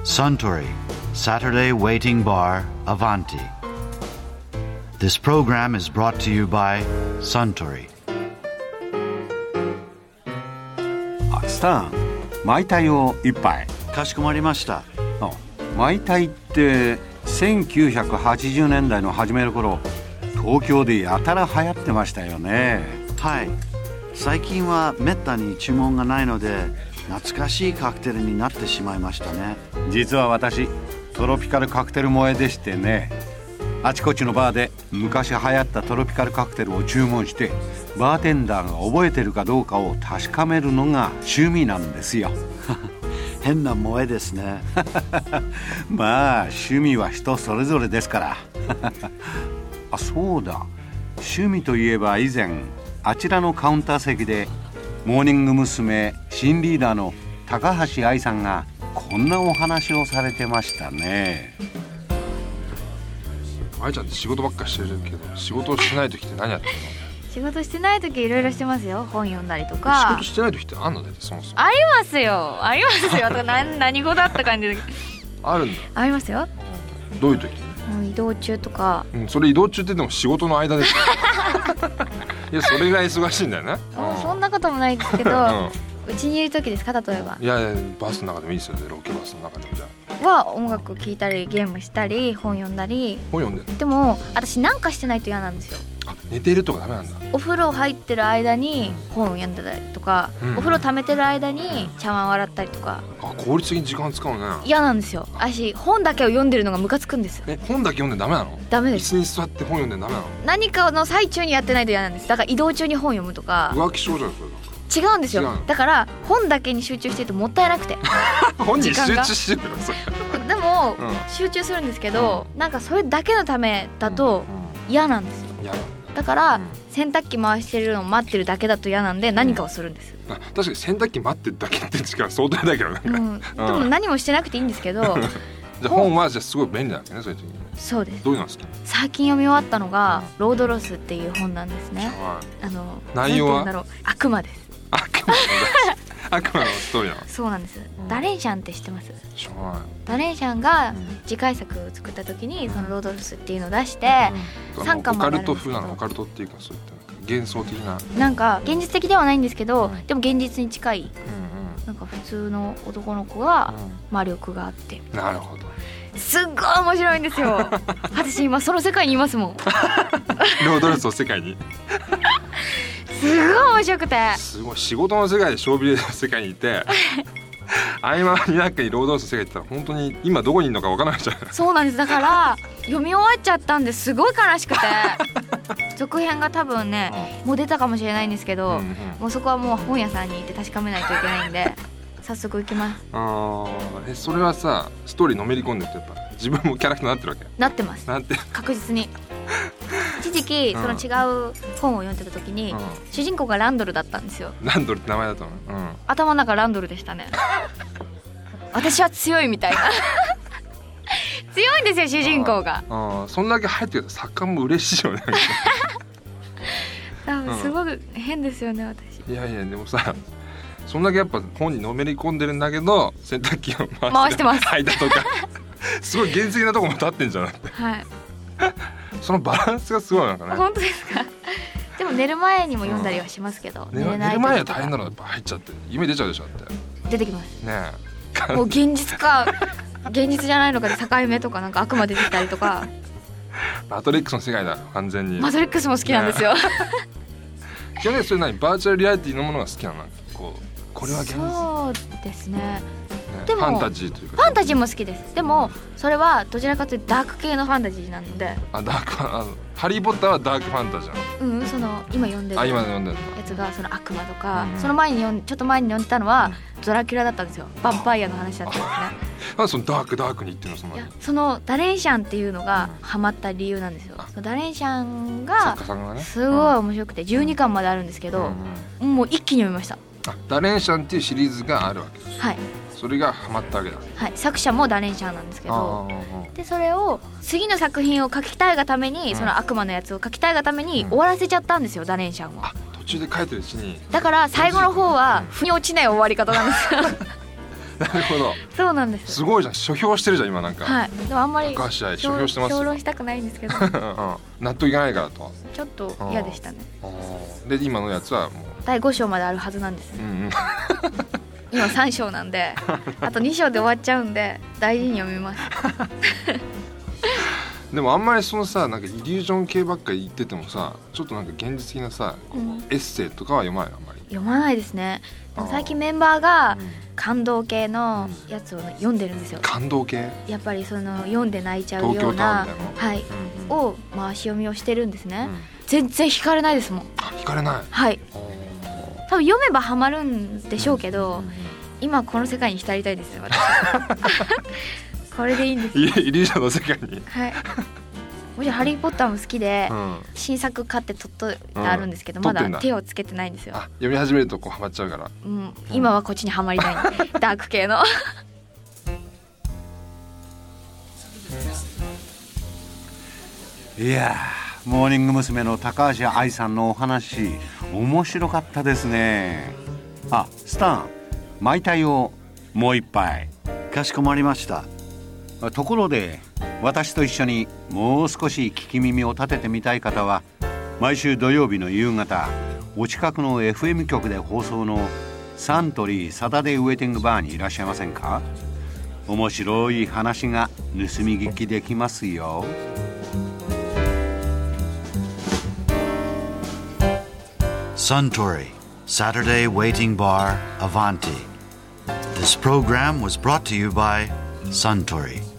Suntory Saturday Waiting Bar Avanti. This program is brought to you by Suntory. スタン、マイタイを一杯。 かしこまりました。 マイタイって1980年代の初めの頃、東京でやたら流行ってましたよね。 はい。最近はめったに注文がないので懐かしいカクテルになってしまいましたね。 実は私トロピカルカクテル萌えでしてね、あちこちのバーで昔流行ったトロピカルカクテルを注文してバーテンダーが覚えてるかどうかを確かめるのが趣味なんですよ。 変な萌えですね。 まあ趣味は人それぞれですから。あ、そうだ、趣味といえば以前あちらのカウンター席でモーニング娘。新リーダーの高橋愛さんがこんなお話をされてましたね。 愛ちゃんって仕事ばっかしてるけど、仕事をしない時って何やってるの？ 仕事してない時いろいろしてますよ。本読んだりとか。 仕事してない時ってあんの？だってそもそもありますよ、ありますよ。とか何語だった感じであるんだ。 ありますよ。 どういう時？ 移動中とか、 それ移動中って言っても仕事の間ですよ。いや、それぐらい忙しいんだよね。 そんなこともないですけど、うちにいる時ですか？例えばいやバスの中でもいいですよね。ロケバスの中でも。じゃは音楽聴いたりゲームしたり本読んだり。 本読んでる？ でも私なんかしてないと嫌なんですよ。 あ、寝てるとかダメなんだ。 お風呂入ってる間に本を読んでたりとか、お風呂溜めてる間に茶碗洗ったりとか。 あ、効率的に時間使うね。 嫌なんですよ。私本だけを読んでるのがムカつくんです。 本だけ読んでダメなの？ダメです。椅子に座って本読んでダメなの？何かの最中にやってないと嫌なんです。だから移動中に本読むとか。 浮気症じゃんそれ。 違うんですよ。だから本だけに集中してるともったいなくて。 本に集中してるのそれ。 でも、集中するんですけど、なんかそれだけのためだと嫌なんですよ。だから、洗濯機回してるのを待ってるだけだと嫌なんで何かをするんです。 確かに洗濯機待ってるだけって時間相当だけどなんか、 でも何もしてなくていいんですけど。 じゃあ本はじゃあすごい便利なんだね、そういう時に。 そうです。 どういうの好き？ 最近読み終わったのがロードロスっていう本なんですね。 内容は悪魔です。 悪魔のストーリーなの？ そうなんです。ダレンシャンって知ってます？ダレンシャンが次回作を作った時にそのロードロスっていうのを出して3巻まであるんですけど。オカルト風なの？オカルトっていうかそういった幻想的な、なんか現実的ではないんですけど、でも現実に近い、なんか普通の男の子が魔力があって、 なるほど、 すっごい面白いんですよ。私今その世界にいますもん。 ロードロスの世界に。 すごい面白くて、 すごい仕事の世界で勝負の世界にいて合間になんかにロードロスの世界に行ったら本当に今どこにいるのかわからないじゃん。 そうなんです。だから読み終わっちゃったんですごい悲しくて。続編が多分ねもう出たかもしれないんですけど、もうそこはもう本屋さんに行って確かめないといけないんで早速行きます。 それはさ、ストーリーのめり込んでるとやっぱ自分もキャラクターになってるわけ？ なってます。 なんて確実に。一時期その違う本を読んでた時に、主人公がランドルだったんですよ。 ランドルって名前だったの？ 頭の中ランドルでしたね。私は強いみたいな。強いんですよ主人公が。 そんだけ入ってると作家も嬉しいよね。 多分すごく変ですよね私。 いやいやでもさ、そんだけやっぱ本にのめり込んでるんだけど洗濯機を回してます。 間とかすごい原始的なとこも立ってんじゃなくて。 はい。 そのバランスがすごいなんかね。 本当ですか？でも寝る前にも読んだりはしますけど、 寝る前は大変なのやっぱ入っちゃって夢出ちゃうでしょって。 出てきますねえ。もう現実か現実じゃないのかで境目とかなんか悪魔出てきたりとか。 マトリックスの世界だ完全に。 マトリックスも好きなんですよ。 基本的にそれ何バーチャルリアリティのものが好きなの？これは現実。 そうですね。でもファンタジーというか。 ファンタジーも好きです。でもそれはどちらかというとダーク系のファンタジーなので。 ダークハリーポッターはダークファンタジーなの？ その今読んでるやつがその悪魔とか、その前にちょっと前に読んでたのはドラキュラだったんですよ。ヴァンパイアの話だったんですね。 なんでそのダークに言ってるの？ そのダレンシャンっていうのがハマった理由なんですよ。ダレンシャンがすごい面白くて12巻まであるんですけど、もう一気に読みました。 ダレンシャンっていうシリーズがあるわけです。 はい。 それがハマったわけだ。 はい。作者もダレンシャンなんですけど、でそれを次の作品を書きたいがために、その悪魔のやつを書きたいがために終わらせちゃったんですよ、ダレンシャンは。 途中で書いてるうちに。 だから最後の方は腑に落ちない終わり方なんですよ。 なるほど。 そうなんです。 すごいじゃん、書評してるじゃん今なんか。 はい。でもあんまり高橋愛書評してますよ。 評論したくないんですけど納得いかないからと。 ちょっと嫌でしたね。 で今のやつはもう第5章まであるはずなんです、今3章なんであと2章で終わっちゃうんで大事に読みますでもあんまりそのさ、なんかイリュージョン系ばっかり言っててもさ、ちょっとなんか現実的なさ、エッセイとかは読まないの？あんまり読まないですね。でも最近メンバーが感動系のやつを読んでるんですよ。 感動系？ やっぱりその読んで泣いちゃうような、はい、を回し読みをしてるんですね。全然惹かれないですもん。 惹かれない？ はい。多分読めばハマるんでしょうけど、今この世界に浸りたいですよ私これでいいんです。 イリュージョンの世界に。 はい。もちろんハリーポッターも好きで、新作買って取っといてあるんですけど、まだ手をつけてないんですよ。 読み始めるとこうハマっちゃうから。 今はこっちにハマりたいダーク系のいやー、モーニング娘。の高橋愛さんのお話面白かったですね。あ、スタン、マイタイをもう一杯。 かしこまりました。 ところで私と一緒にもう少し聞き耳を立ててみたい方は、毎週土曜日の夕方お近くの FM 局で放送のサントリーサタデーウェイティングバーにいらっしゃいませんか？面白い話が盗み聞きできますよ。 Suntory Saturday Waiting Bar Avanti. This program was brought to you by Suntory.